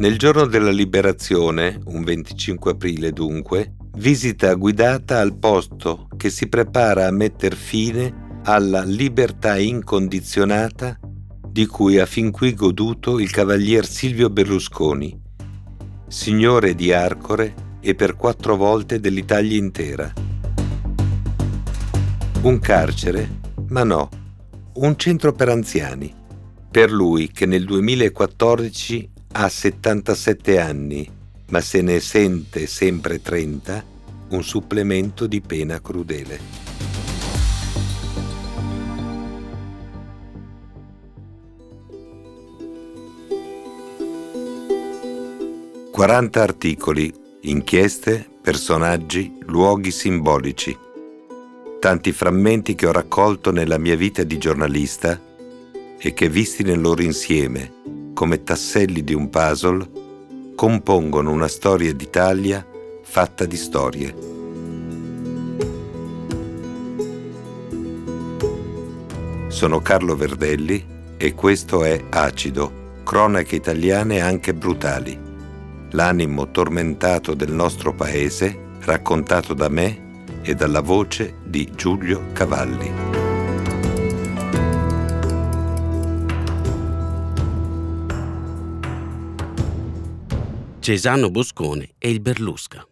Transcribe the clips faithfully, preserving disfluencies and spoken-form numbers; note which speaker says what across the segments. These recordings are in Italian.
Speaker 1: Nel giorno della liberazione, un venticinque aprile dunque, visita guidata al posto che si prepara a metter fine alla libertà incondizionata di cui ha fin qui goduto il cavalier Silvio Berlusconi, signore di Arcore e per quattro volte dell'Italia intera. Un carcere? Ma no, un centro per anziani. Per lui che nel duemilaquattordici ha settantasette anni, ma se ne sente sempre trenta, un supplemento di pena crudele. quaranta articoli, inchieste, personaggi, luoghi simbolici. Tanti frammenti che ho raccolto nella mia vita di giornalista e che, visti nel loro insieme, come tasselli di un puzzle, compongono una storia d'Italia fatta di storie. Sono Carlo Verdelli e questo è Acido, cronache italiane anche brutali. L'animo tormentato del nostro paese, raccontato da me e dalla voce di Giulio Cavalli.
Speaker 2: Cesano Boscone e il Berlusca.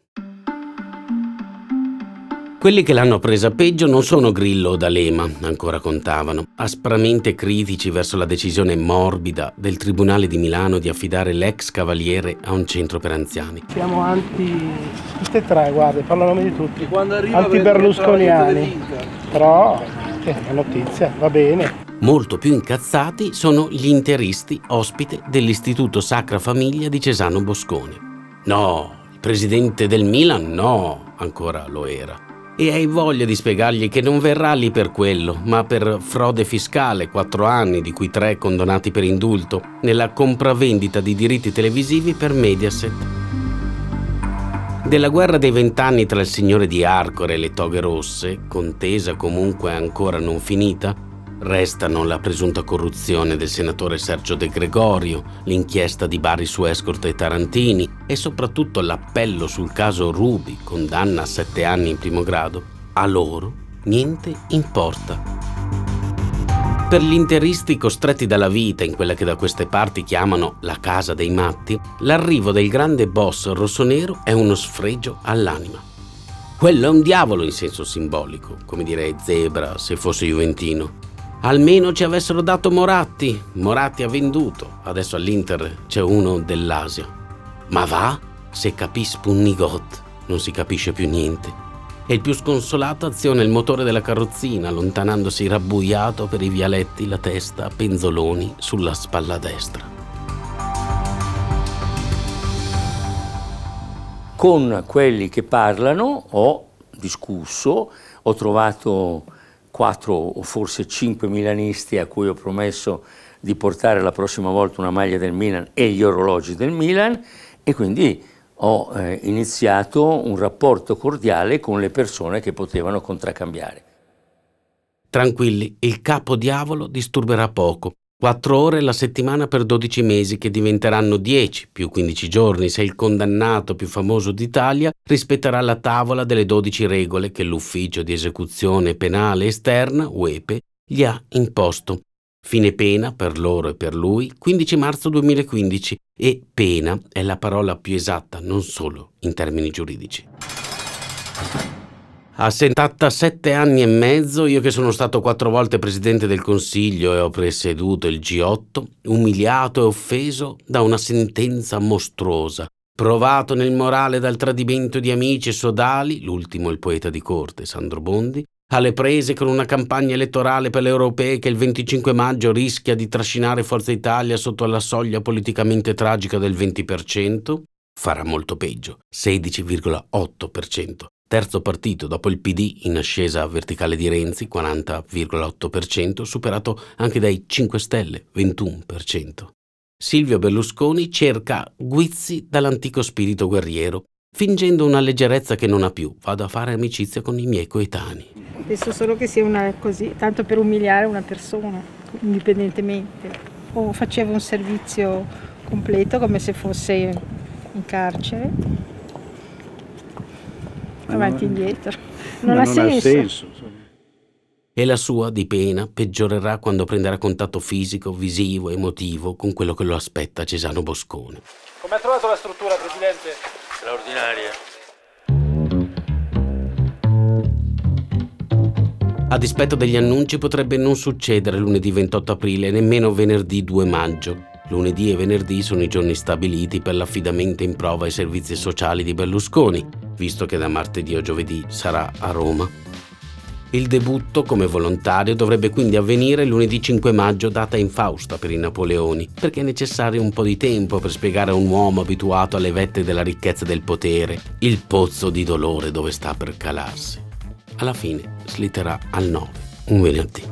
Speaker 2: Quelli che l'hanno presa peggio non sono Grillo o D'Alema, ancora contavano, aspramente critici verso la decisione morbida del Tribunale di Milano di affidare l'ex cavaliere a un centro per anziani.
Speaker 3: Siamo anti, tutte e tre, guarda, parlo a nome di tutti, anti-berlusconiani, però è una notizia, va bene.
Speaker 2: Molto più incazzati sono gli interisti ospite dell'Istituto Sacra Famiglia di Cesano Boscone. No, il presidente del Milan no, ancora lo era. E hai voglia di spiegargli che non verrà lì per quello, ma per frode fiscale, quattro anni, di cui tre condonati per indulto, nella compravendita di diritti televisivi per Mediaset. Della guerra dei vent'anni tra il signore di Arcore e le toghe rosse, contesa comunque ancora non finita, restano la presunta corruzione del senatore Sergio De Gregorio, l'inchiesta di Bari su Escort e Tarantini e soprattutto l'appello sul caso Ruby, condanna a sette anni in primo grado. A loro niente importa. Per gli interisti costretti dalla vita in quella che da queste parti chiamano la casa dei matti, l'arrivo del grande boss rossonero è uno sfregio all'anima. Quello è un diavolo in senso simbolico, come direi Zebra se fosse juventino. Almeno ci avessero dato Moratti. Moratti ha venduto. Adesso all'Inter c'è uno dell'Asia. Ma va? Se capis punnigot, non si capisce più niente. E il più sconsolato aziona il motore della carrozzina, allontanandosi rabbuiato per i vialetti, la testa a penzoloni sulla spalla destra.
Speaker 4: Con quelli che parlano ho discusso, ho trovato quattro o forse cinque milanisti a cui ho promesso di portare la prossima volta una maglia del Milan e gli orologi del Milan, e quindi ho eh, iniziato un rapporto cordiale con le persone che potevano contraccambiare.
Speaker 2: Tranquilli, il capo diavolo disturberà poco. Quattro ore la settimana per dodici mesi, che diventeranno dieci più quindici giorni se il condannato più famoso d'Italia rispetterà la tavola delle dodici regole che l'ufficio di esecuzione penale esterna, U E P E, gli ha imposto. Fine pena per loro e per lui, quindici marzo duemilaquindici, e pena è la parola più esatta, non solo in termini giuridici. A settantasette anni e mezzo, io che sono stato quattro volte presidente del Consiglio e ho presieduto il G otto, umiliato e offeso da una sentenza mostruosa, provato nel morale dal tradimento di amici e sodali, l'ultimo il poeta di corte, Sandro Bondi, alle prese con una campagna elettorale per le europee che il venticinque maggio rischia di trascinare Forza Italia sotto la soglia politicamente tragica del venti per cento, farà molto peggio, sedici virgola otto per cento. Terzo partito dopo il P D in ascesa verticale di Renzi, quaranta virgola otto per cento, superato anche dai cinque Stelle, ventuno per cento. Silvio Berlusconi cerca guizzi dall'antico spirito guerriero, fingendo una leggerezza che non ha più. Vado a fare amicizia con i miei coetanei.
Speaker 5: Penso solo che sia una così, tanto per umiliare una persona, indipendentemente. O faceva un servizio completo come se fosse in carcere. Avanti e indietro. Non,
Speaker 6: Ma
Speaker 5: ha,
Speaker 6: non
Speaker 5: senso.
Speaker 6: ha senso.
Speaker 2: E la sua, di pena, peggiorerà quando prenderà contatto fisico, visivo, emotivo con quello che lo aspetta a Cesano Boscone.
Speaker 3: Come ha trovato la struttura, Presidente?
Speaker 4: Straordinaria.
Speaker 2: A dispetto degli annunci potrebbe non succedere lunedì ventotto aprile e nemmeno venerdì due maggio. Lunedì e venerdì sono i giorni stabiliti per l'affidamento in prova ai servizi sociali di Berlusconi, visto che da martedì o giovedì sarà a Roma. Il debutto come volontario dovrebbe quindi avvenire lunedì cinque maggio, data infausta per i Napoleoni, perché è necessario un po' di tempo per spiegare a un uomo abituato alle vette della ricchezza e del potere il pozzo di dolore dove sta per calarsi. Alla fine slitterà al nove, un venerdì.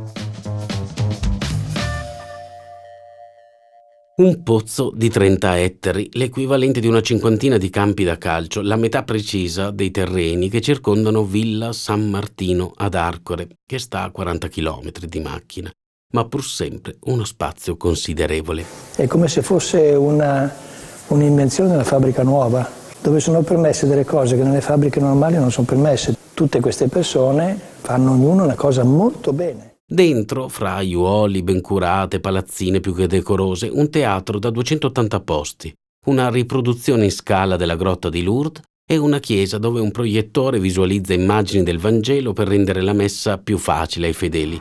Speaker 2: Un pozzo di trenta ettari, l'equivalente di una cinquantina di campi da calcio, la metà precisa dei terreni che circondano Villa San Martino ad Arcore, che sta a quaranta chilometri di macchina, ma pur sempre uno spazio considerevole.
Speaker 7: È come se fosse una, un'invenzione della fabbrica nuova, dove sono permesse delle cose che nelle fabbriche normali non sono permesse. Tutte queste persone fanno ognuno una cosa molto bene.
Speaker 2: Dentro, fra aiuoli ben curate, palazzine più che decorose, un teatro da duecentottanta posti, una riproduzione in scala della grotta di Lourdes e una chiesa dove un proiettore visualizza immagini del Vangelo per rendere la messa più facile ai fedeli.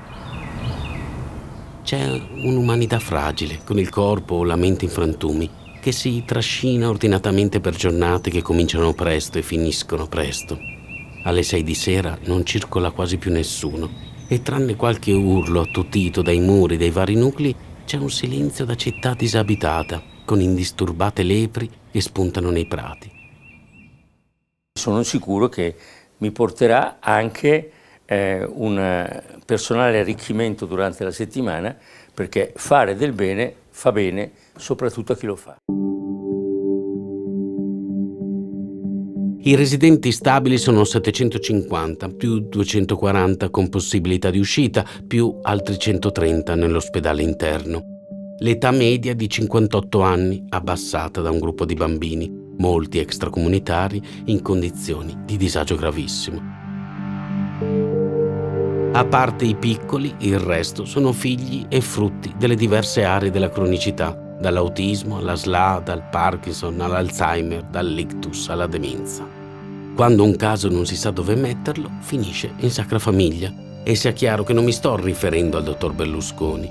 Speaker 2: C'è un'umanità fragile, con il corpo o la mente in frantumi, che si trascina ordinatamente per giornate che cominciano presto e finiscono presto. Alle sei di sera non circola quasi più nessuno. E tranne qualche urlo attutito dai muri dei vari nuclei, c'è un silenzio da città disabitata, con indisturbate lepri che spuntano nei prati.
Speaker 4: Sono sicuro che mi porterà anche eh, un personale arricchimento durante la settimana, perché fare del bene fa bene soprattutto a chi lo fa.
Speaker 2: I residenti stabili sono settecentocinquanta, più duecentoquaranta con possibilità di uscita, più altri centotrenta nell'ospedale interno. L'età media è di cinquantotto anni, abbassata da un gruppo di bambini, molti extracomunitari in condizioni di disagio gravissimo. A parte i piccoli, il resto sono figli e frutti delle diverse aree della cronicità, dall'autismo alla S L A, dal Parkinson all'Alzheimer, dall'ictus alla demenza. Quando un caso non si sa dove metterlo, finisce in Sacra Famiglia. E sia chiaro che non mi sto riferendo al dottor Berlusconi.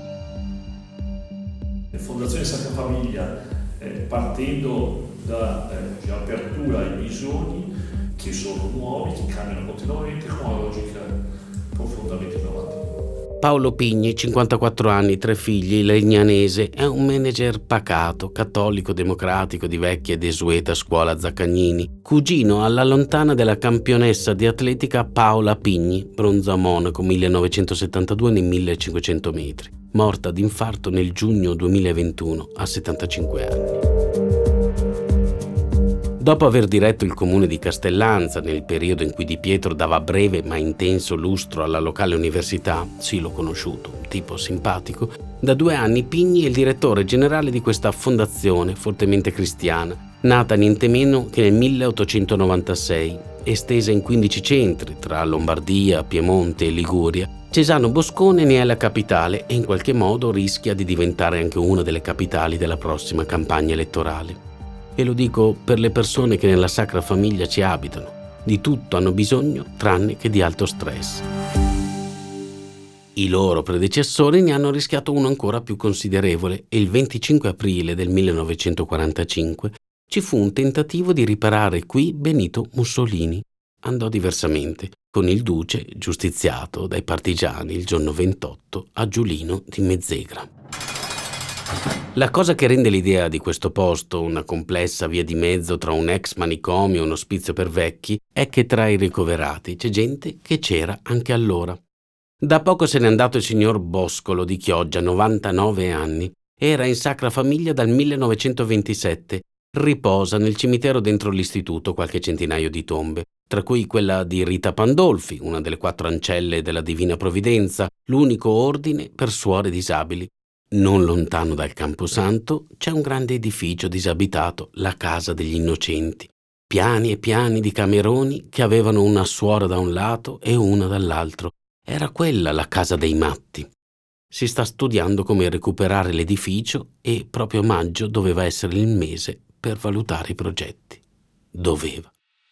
Speaker 8: La Fondazione Sacra Famiglia, eh, partendo da eh, apertura ai bisogni che sono nuovi, che cambiano continuamente, con una logica profondamente innovativa.
Speaker 2: Paolo Pigni, cinquantaquattro anni, tre figli, legnanese, è un manager pacato, cattolico democratico di vecchia e desueta scuola Zaccagnini, cugino alla lontana della campionessa di atletica Paola Pigni, bronzo a Monaco millenovecentosettantadue nei millecinquecento metri, morta d'infarto nel giugno duemilaventuno a settantacinque anni. Dopo aver diretto il comune di Castellanza nel periodo in cui Di Pietro dava breve ma intenso lustro alla locale università, sì, l'ho conosciuto, un tipo simpatico, da due anni Pigni è il direttore generale di questa fondazione fortemente cristiana, nata niente meno che nel milleottocentonovantasei, estesa in quindici centri tra Lombardia, Piemonte e Liguria. Cesano Boscone ne è la capitale e in qualche modo rischia di diventare anche una delle capitali della prossima campagna elettorale. E lo dico per le persone che nella Sacra Famiglia ci abitano. Di tutto hanno bisogno tranne che di alto stress. I loro predecessori ne hanno rischiato uno ancora più considerevole e il venticinque aprile del millenovecentoquarantacinque ci fu un tentativo di riparare qui Benito Mussolini. Andò diversamente, con il duce giustiziato dai partigiani il giorno ventotto a Giulino di Mezzegra. La cosa che rende l'idea di questo posto una complessa via di mezzo tra un ex manicomio e un ospizio per vecchi è che tra i ricoverati c'è gente che c'era anche allora. Da poco se n'è andato il signor Boscolo di Chioggia, novantanove anni. Era in Sacra Famiglia dal millenovecentoventisette. Riposa nel cimitero dentro l'istituto qualche centinaio di tombe, tra cui quella di Rita Pandolfi, una delle quattro ancelle della Divina Provvidenza, l'unico ordine per suore disabili. Non lontano dal Camposanto c'è un grande edificio disabitato, la Casa degli Innocenti. Piani e piani di cameroni che avevano una suora da un lato e una dall'altro. Era quella la casa dei matti. Si sta studiando come recuperare l'edificio e proprio maggio doveva essere il mese per valutare i progetti. Doveva.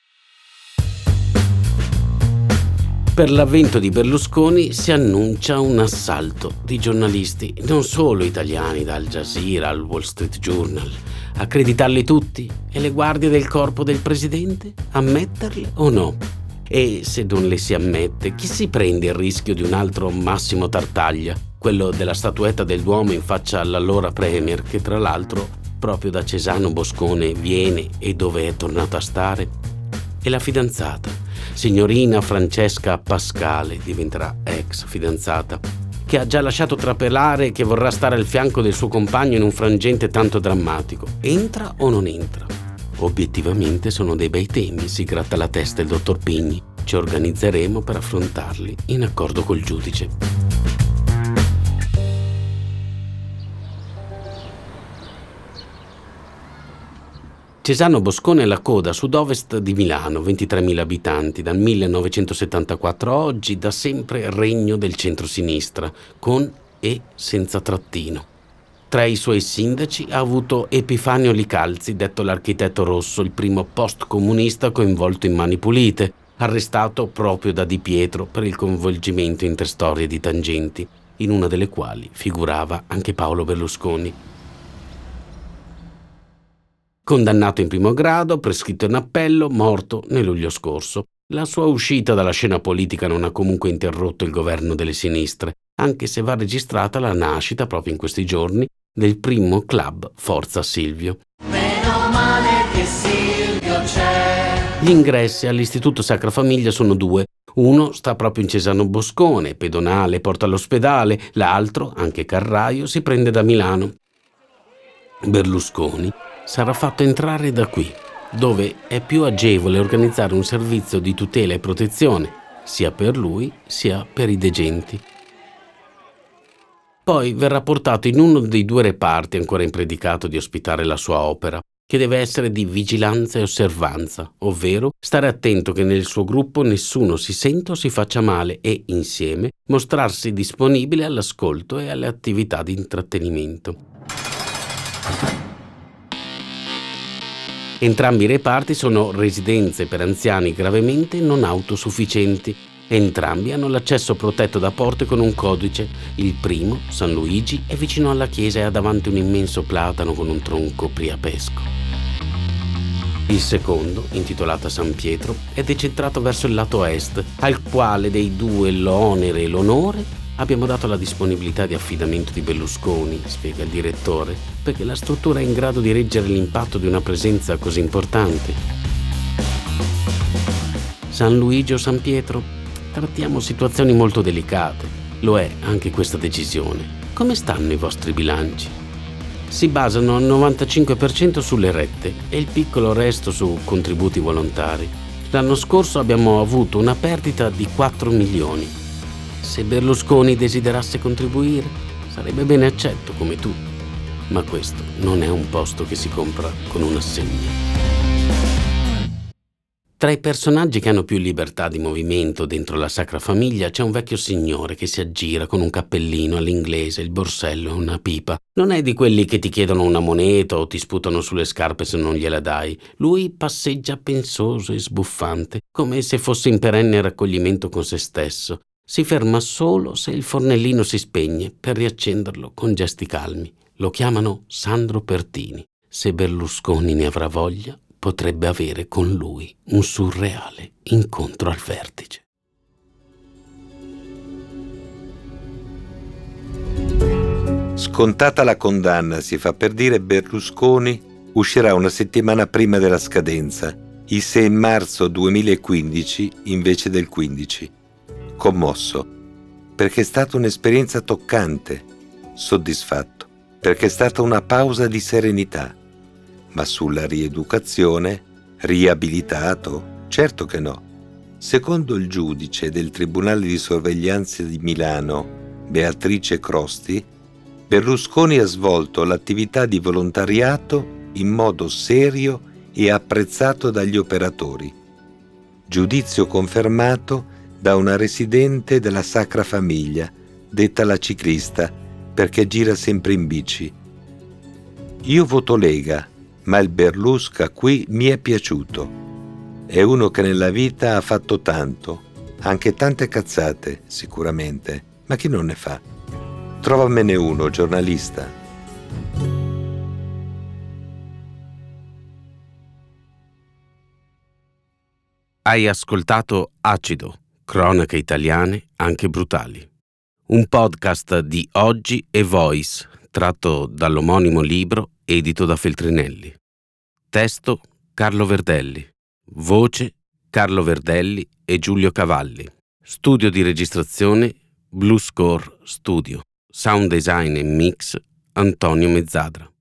Speaker 2: Per l'avvento di Berlusconi si annuncia un assalto di giornalisti, non solo italiani, da Al Jazeera al Wall Street Journal. Accreditarli tutti? E le guardie del corpo del presidente? Ammetterle o no? E se non le si ammette, chi si prende il rischio di un altro Massimo Tartaglia, quello della statuetta del Duomo in faccia all'allora premier, che tra l'altro proprio da Cesano Boscone viene e dove è tornato a stare? E la fidanzata, signorina Francesca Pascale, diventerà ex fidanzata, che ha già lasciato trapelare che vorrà stare al fianco del suo compagno in un frangente tanto drammatico. Entra o non entra? Obiettivamente sono dei bei temi, si gratta la testa il dottor Pigni. Ci organizzeremo per affrontarli in accordo col giudice. Cesano Boscone è la coda sud-ovest di Milano, ventitremila abitanti, dal millenovecentosettantaquattro a oggi, da sempre regno del centro-sinistra, con e senza trattino. Tra i suoi sindaci ha avuto Epifanio Licalzi, detto l'architetto rosso, il primo post-comunista coinvolto in Mani Pulite, arrestato proprio da Di Pietro per il coinvolgimento in tre storie di tangenti, in una delle quali figurava anche Paolo Berlusconi. Condannato in primo grado, prescritto in appello, morto nel luglio scorso. La sua uscita dalla scena politica non ha comunque interrotto il governo delle sinistre, anche se va registrata la nascita, proprio in questi giorni, del primo club Forza Silvio.
Speaker 6: Meno male che Silvio c'è.
Speaker 2: Gli ingressi all'Istituto Sacra Famiglia sono due. Uno sta proprio in Cesano Boscone, pedonale, porta all'ospedale. L'altro, anche Carraio, si prende da Milano. Berlusconi sarà fatto entrare da qui, dove è più agevole organizzare un servizio di tutela e protezione, sia per lui sia per i degenti. Poi verrà portato in uno dei due reparti ancora impredicato di ospitare la sua opera, che deve essere di vigilanza e osservanza, ovvero stare attento che nel suo gruppo nessuno si senta o si faccia male e, insieme, mostrarsi disponibile all'ascolto e alle attività di intrattenimento. Entrambi i reparti sono residenze per anziani gravemente non autosufficienti. Entrambi hanno l'accesso protetto da porte con un codice. Il primo, San Luigi, è vicino alla chiesa e ha davanti un immenso platano con un tronco priapesco. Il secondo, intitolato San Pietro, è decentrato verso il lato est, al quale dei due l'onere e l'onore abbiamo dato la disponibilità di affidamento di Berlusconi, spiega il direttore, perché la struttura è in grado di reggere l'impatto di una presenza così importante. San Luigi o San Pietro? Trattiamo situazioni molto delicate. Lo è anche questa decisione. Come stanno i vostri bilanci? Si basano al novantacinque per cento sulle rette e il piccolo resto su contributi volontari. L'anno scorso abbiamo avuto una perdita di quattro milioni. Se Berlusconi desiderasse contribuire, sarebbe bene accetto come tutti. Ma questo non è un posto che si compra con un assegno. Tra i personaggi che hanno più libertà di movimento dentro la Sacra Famiglia c'è un vecchio signore che si aggira con un cappellino all'inglese, il borsello e una pipa. Non è di quelli che ti chiedono una moneta o ti sputano sulle scarpe se non gliela dai. Lui passeggia pensoso e sbuffante, come se fosse in perenne raccoglimento con se stesso. Si ferma solo se il fornellino si spegne per riaccenderlo con gesti calmi. Lo chiamano Sandro Pertini. Se Berlusconi ne avrà voglia, potrebbe avere con lui un surreale incontro al vertice.
Speaker 1: Scontata la condanna, si fa per dire, Berlusconi uscirà una settimana prima della scadenza, il sei marzo duemilaquindici invece del quindici. Commosso, perché è stata un'esperienza toccante, soddisfatto, perché è stata una pausa di serenità, ma sulla rieducazione, riabilitato? Certo che no. Secondo il giudice del Tribunale di Sorveglianza di Milano, Beatrice Crosti, Berlusconi ha svolto l'attività di volontariato in modo serio e apprezzato dagli operatori. Giudizio confermato da una residente della Sacra Famiglia, detta la ciclista, perché gira sempre in bici. Io voto Lega, ma il Berlusca qui mi è piaciuto. È uno che nella vita ha fatto tanto, anche tante cazzate, sicuramente, ma chi non ne fa? Trovamene uno, giornalista.
Speaker 2: Hai ascoltato Acido, cronache italiane anche brutali. Un podcast di Oggi e Voice, tratto dall'omonimo libro edito da Feltrinelli. Testo Carlo Verdelli. Voce Carlo Verdelli e Giulio Cavalli. Studio di registrazione Blue Score Studio. Sound design e mix Antonio Mezzadra.